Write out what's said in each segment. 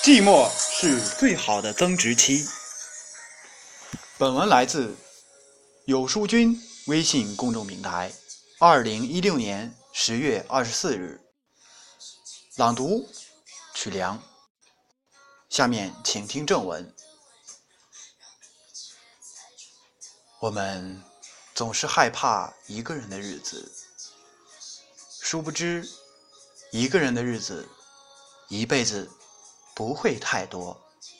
寂寞是最好的增值期。本文来自有书君微信公众平台，2016年10月24日。朗读曲梁。下面请听正文。我们总是害怕一个人的日子，殊不知一个人的日子一辈子不会太多。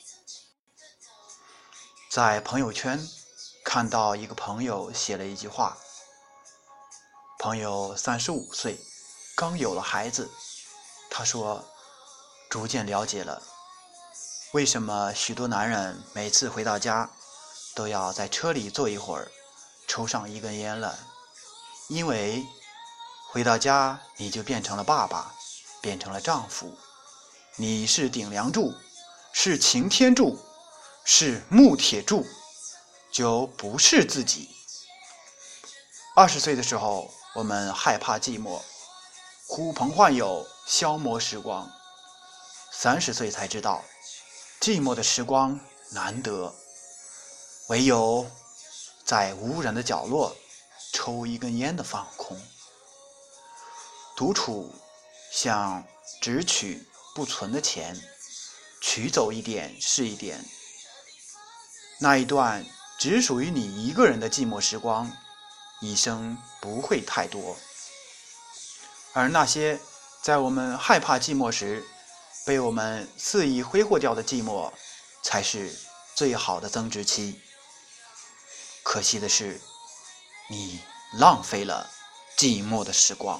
在朋友圈看到一个朋友写了一句话，朋友35岁，刚有了孩子。他说，逐渐了解了为什么许多男人每次回到家都要在车里坐一会儿，抽上一根烟了。因为回到家你就变成了爸爸，变成了丈夫，你是顶梁柱，是擎天柱，是木铁柱，就不是自己。20岁的时候，我们害怕寂寞，呼朋唤友，消磨时光。30岁才知道，寂寞的时光难得，唯有在无人的角落抽一根烟的放空。独处像只取不存的钱，取走一点是一点。那一段只属于你一个人的寂寞时光，一生不会太多。而那些在我们害怕寂寞时被我们肆意挥霍掉的寂寞，才是最好的增值期。可惜的是，你浪费了寂寞的时光。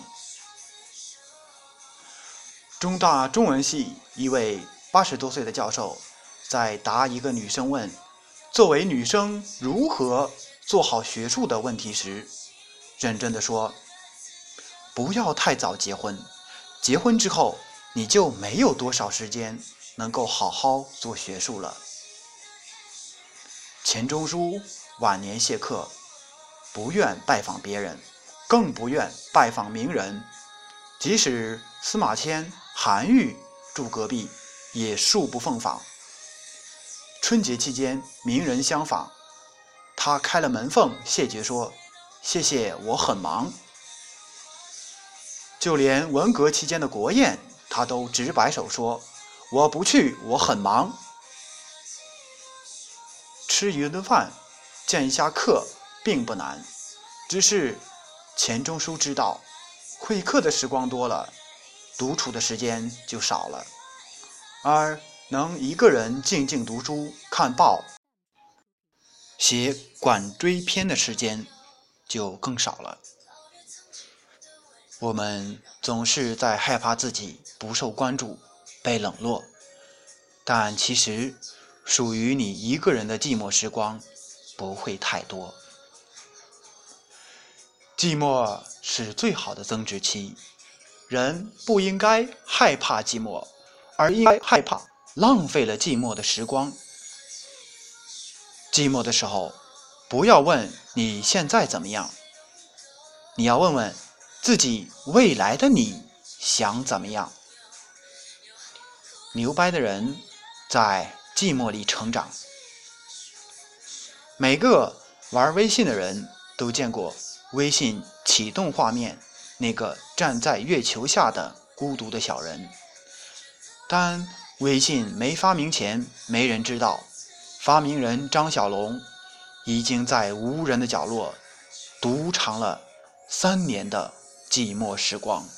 中大中文系一位80多岁的教授在答一个女生问作为女生如何做好学术的问题时，认真地说，不要太早结婚，结婚之后你就没有多少时间能够好好做学术了。钱钟书晚年谢客，不愿拜访别人，更不愿拜访名人，即使司马迁、韩愈住隔壁，也恕不奉访。春节期间名人相访，他开了门缝谢绝说，谢谢，我很忙。就连文革期间的国宴，他都直摆手说，我不去，我很忙。吃一顿饭，见一下客并不难，只是钱钟书知道，会客的时光多了，独处的时间就少了，而能一个人静静读书、看报、写管锥篇的时间就更少了。我们总是在害怕自己不受关注、被冷落，但其实属于你一个人的寂寞时光不会太多。寂寞是最好的增值期，人不应该害怕寂寞，而应该害怕浪费了寂寞的时光。寂寞的时候，不要问你现在怎么样，你要问问自己未来的你想怎么样。牛掰的人在寂寞里成长。每个玩微信的人都见过微信启动画面那个站在月球下的孤独的小人，但微信没发明前，没人知道发明人张小龙已经在无人的角落独尝了3年的寂寞时光。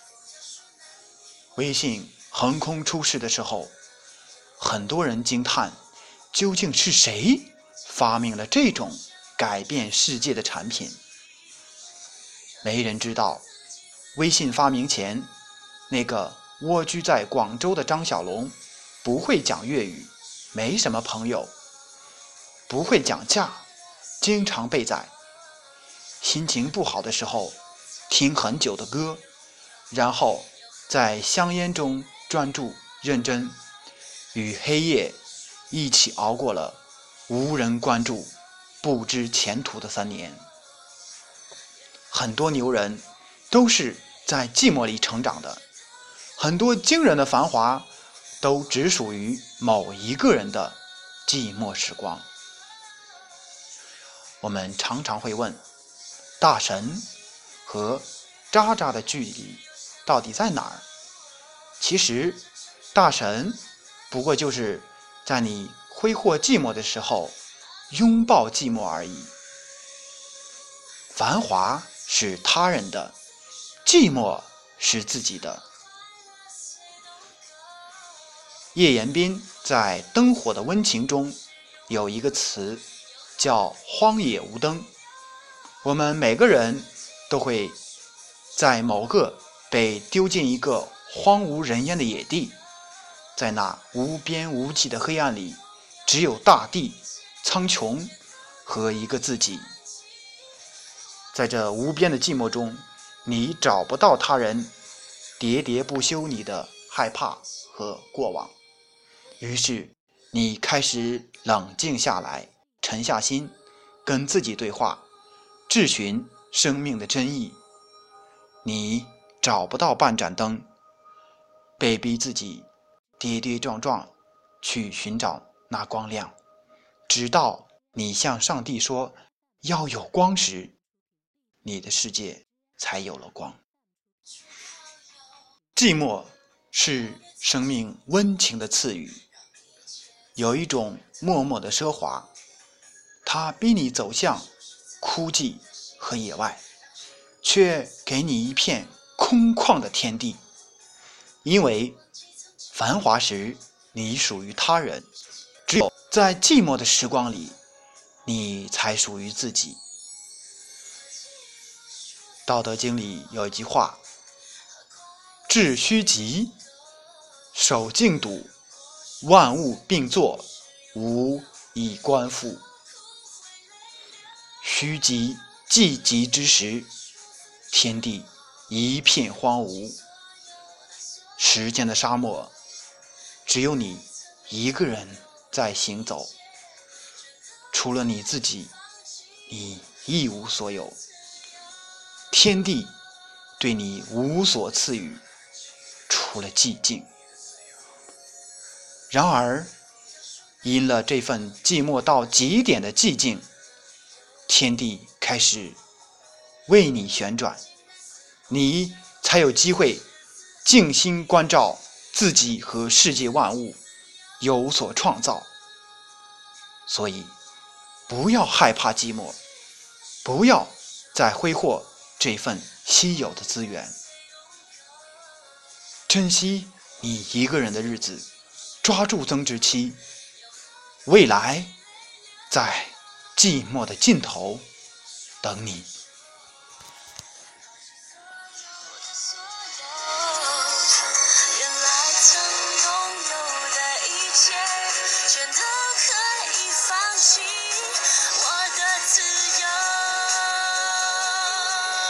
微信横空出世的时候，很多人惊叹，究竟是谁发明了这种改变世界的产品？没人知道，微信发明前，那个蜗居在广州的张小龙不会讲粤语，没什么朋友，不会讲价，经常被宰。心情不好的时候，听很久的歌，然后在香烟中专注认真，与黑夜一起熬过了无人关注、不知前途的3年。很多牛人都是在寂寞里成长的，很多惊人的繁华都只属于某一个人的寂寞时光。我们常常会问，大神和渣渣的距离到底在哪儿？其实，大神不过就是在你挥霍寂寞的时候，拥抱寂寞而已。繁华是他人的，寂寞是自己的。叶延斌在《灯火的温情》中有一个词叫荒野无灯。我们每个人都会在某个被丢进一个荒无人烟的野地，在那无边无际的黑暗里，只有大地、苍穹和一个自己。在这无边的寂寞中，你找不到他人喋喋不休你的害怕和过往，于是你开始冷静下来，沉下心，跟自己对话，质询生命的真意。你找不到半盏灯，被逼自己跌跌撞撞去寻找那光亮，直到你向上帝说要有光时，你的世界才有了光。寂寞是生命温情的赐予，有一种默默的奢华，它逼你走向枯寂和野外，却给你一片空旷的天地。因为繁华时你属于他人，只有在寂寞的时光里，你才属于自己。道德经里有一句话，致虚极，守静笃，万物并作，无以观复。虚极寂极之时，天地一片荒芜，时间的沙漠，只有你一个人在行走，除了你自己，你一无所有。天地对你无所赐予，除了寂静。然而，因了这份寂寞到极点的寂静，天地开始为你旋转，你才有机会静心关照自己和世界万物，有所创造。所以，不要害怕寂寞，不要再挥霍这份稀有的资源，珍惜你一个人的日子，抓住增值期，未来在寂寞的尽头等你。